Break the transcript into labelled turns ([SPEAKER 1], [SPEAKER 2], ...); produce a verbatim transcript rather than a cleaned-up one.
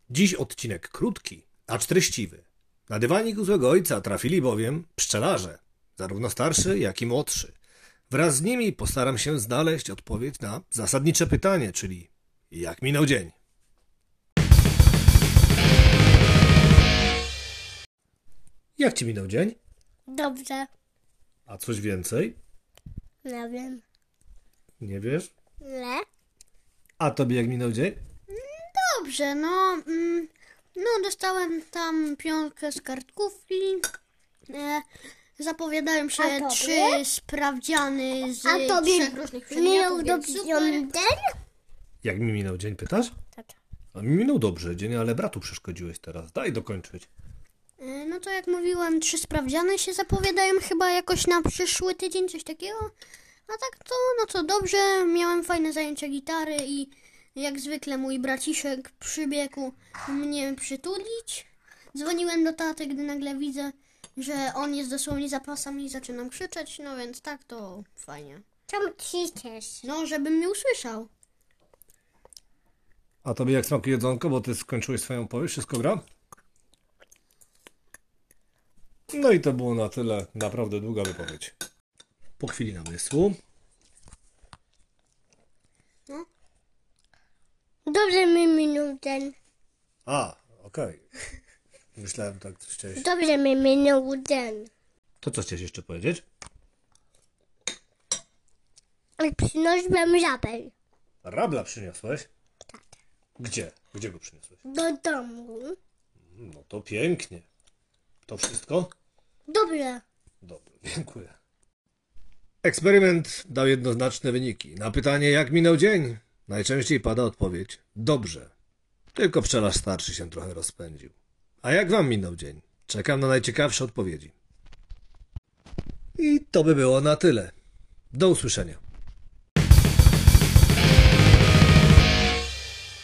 [SPEAKER 1] Dziś odcinek krótki, acz treściwy. Na dywanik u złego ojca trafili bowiem pszczelarze, zarówno starszy, jak i młodszy. Wraz z nimi postaram się znaleźć odpowiedź na zasadnicze pytanie, czyli jak minął dzień. Jak ci minął dzień?
[SPEAKER 2] Dobrze.
[SPEAKER 1] A coś więcej?
[SPEAKER 2] Nie wiem.
[SPEAKER 1] Nie wiesz?
[SPEAKER 2] Nie?
[SPEAKER 1] A tobie jak minął dzień?
[SPEAKER 2] Dobrze, no. Mm, no, dostałem tam piątkę z kartkówki. E, zapowiadają się
[SPEAKER 3] A tobie?
[SPEAKER 2] trzy sprawdziany z
[SPEAKER 3] A tobie
[SPEAKER 2] trzech różnych
[SPEAKER 3] minął
[SPEAKER 2] przedmiotów, więc
[SPEAKER 3] dobrze
[SPEAKER 2] super.
[SPEAKER 3] dzień?
[SPEAKER 1] Jak mi minął dzień, pytasz?
[SPEAKER 2] Tak.
[SPEAKER 1] A mi minął dobrze dzień, ale bratu przeszkodziłeś teraz. Daj dokończyć.
[SPEAKER 2] E, No to jak mówiłem, trzy sprawdziany się zapowiadają chyba jakoś na przyszły tydzień, coś takiego. A tak to, no co, dobrze, miałem fajne zajęcia gitary i jak zwykle mój braciszek przybiegł mnie przytulić. Dzwoniłem do taty, gdy nagle widzę, że on jest dosłownie za pasami i zaczynam krzyczeć, no więc tak, to fajnie.
[SPEAKER 3] Czemu krzyczesz?
[SPEAKER 2] No, żebym mnie usłyszał.
[SPEAKER 1] A tobie jak smakuje jedzonko, bo ty skończyłeś swoją powieść, wszystko gra? No i to było na tyle, naprawdę długa wypowiedź. Po chwili namysłu.
[SPEAKER 3] Dobrze mi minął dzień.
[SPEAKER 1] A, okej. Myślałem tak, coś chciałeś.
[SPEAKER 3] Dobrze mi minął dzień.
[SPEAKER 1] To co chciałeś jeszcze powiedzieć?
[SPEAKER 3] Przynosiłem żabę
[SPEAKER 1] Rabla przyniosłeś? Gdzie? Gdzie go przyniosłeś?
[SPEAKER 3] do domu.
[SPEAKER 1] No to pięknie. To wszystko?
[SPEAKER 3] Dobrze.
[SPEAKER 1] Dobrze, dziękuję. Eksperyment dał jednoznaczne wyniki. Na pytanie, jak minął dzień, najczęściej pada odpowiedź: dobrze. Tylko pszczelarz starszy się trochę rozpędził. A jak wam minął dzień? Czekam na najciekawsze odpowiedzi. I to by było na tyle. Do usłyszenia.